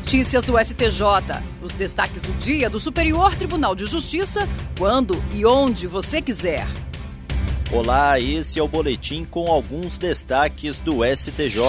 Notícias do STJ. Os destaques do dia do Superior Tribunal de Justiça, quando e onde você quiser. Olá, esse é o boletim com alguns destaques do STJ.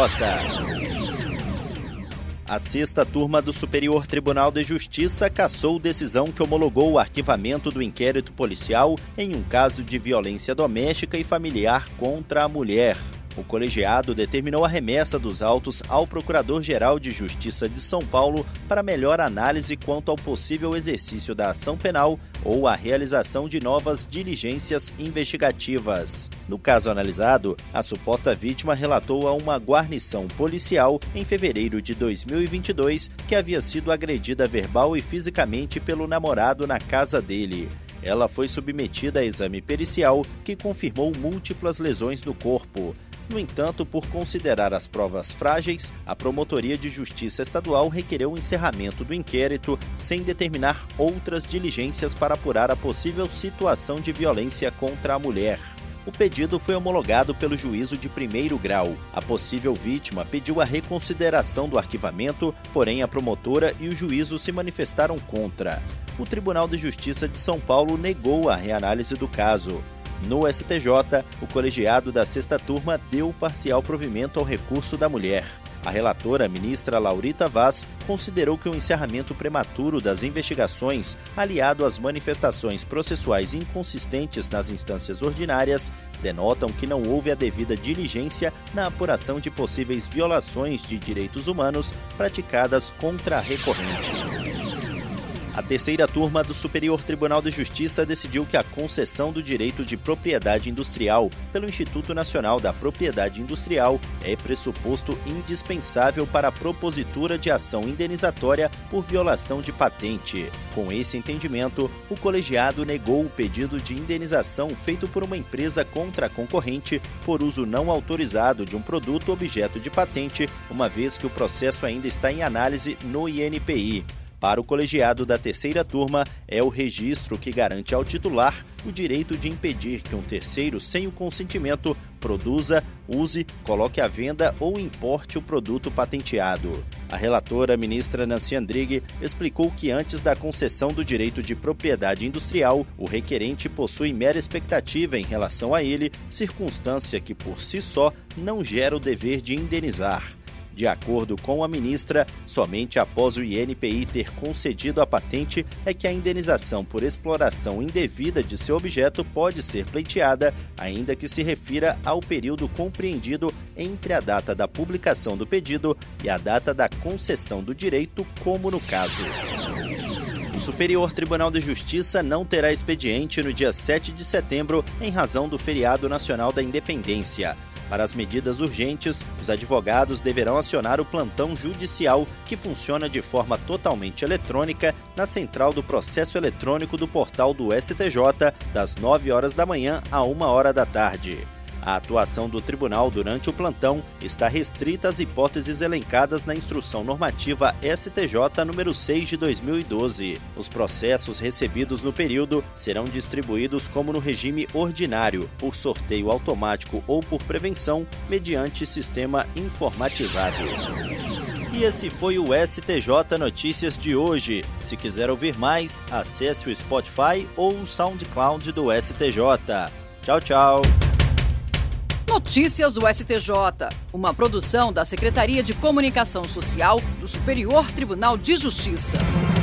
A sexta turma do Superior Tribunal de Justiça cassou decisão que homologou o arquivamento do inquérito policial em um caso de violência doméstica e familiar contra a mulher. O colegiado determinou a remessa dos autos ao Procurador-Geral de Justiça de São Paulo para melhor análise quanto ao possível exercício da ação penal ou a realização de novas diligências investigativas. No caso analisado, a suposta vítima relatou a uma guarnição policial em fevereiro de 2022 que havia sido agredida verbal e fisicamente pelo namorado na casa dele. Ela foi submetida a exame pericial que confirmou múltiplas lesões no corpo. No entanto, por considerar as provas frágeis, a Promotoria de Justiça Estadual requereu o encerramento do inquérito sem determinar outras diligências para apurar a possível situação de violência contra a mulher. O pedido foi homologado pelo juízo de primeiro grau. A possível vítima pediu a reconsideração do arquivamento, porém a promotora e o juízo se manifestaram contra. O Tribunal de Justiça de São Paulo negou a reanálise do caso. No STJ, o colegiado da sexta turma deu parcial provimento ao recurso da mulher. A relatora, ministra Laurita Vaz, considerou que o encerramento prematuro das investigações, aliado às manifestações processuais inconsistentes nas instâncias ordinárias, denotam que não houve a devida diligência na apuração de possíveis violações de direitos humanos praticadas contra a recorrente. A terceira turma do Superior Tribunal de Justiça decidiu que a concessão do direito de propriedade industrial pelo Instituto Nacional da Propriedade Industrial é pressuposto indispensável para a propositura de ação indenizatória por violação de patente. Com esse entendimento, o colegiado negou o pedido de indenização feito por uma empresa contra a concorrente por uso não autorizado de um produto objeto de patente, uma vez que o processo ainda está em análise no INPI. Para o colegiado da terceira turma, é o registro que garante ao titular o direito de impedir que um terceiro, sem o consentimento, produza, use, coloque à venda ou importe o produto patenteado. A relatora, ministra Nancy Andrighi, explicou que antes da concessão do direito de propriedade industrial, o requerente possui mera expectativa em relação a ele, circunstância que por si só não gera o dever de indenizar. De acordo com a ministra, somente após o INPI ter concedido a patente é que a indenização por exploração indevida de seu objeto pode ser pleiteada, ainda que se refira ao período compreendido entre a data da publicação do pedido e a data da concessão do direito, como no caso. O Superior Tribunal de Justiça não terá expediente no dia 7 de setembro em razão do feriado nacional da Independência. Para as medidas urgentes, os advogados deverão acionar o plantão judicial, que funciona de forma totalmente eletrônica na central do processo eletrônico do portal do STJ, das 9 horas da manhã a 1 hora da tarde. A atuação do tribunal durante o plantão está restrita às hipóteses elencadas na Instrução Normativa STJ número 6 de 2012. Os processos recebidos no período serão distribuídos como no regime ordinário, por sorteio automático ou por prevenção, mediante sistema informatizado. E esse foi o STJ Notícias de hoje. Se quiser ouvir mais, acesse o Spotify ou o SoundCloud do STJ. Tchau, tchau! Notícias do STJ, uma produção da Secretaria de Comunicação Social do Superior Tribunal de Justiça.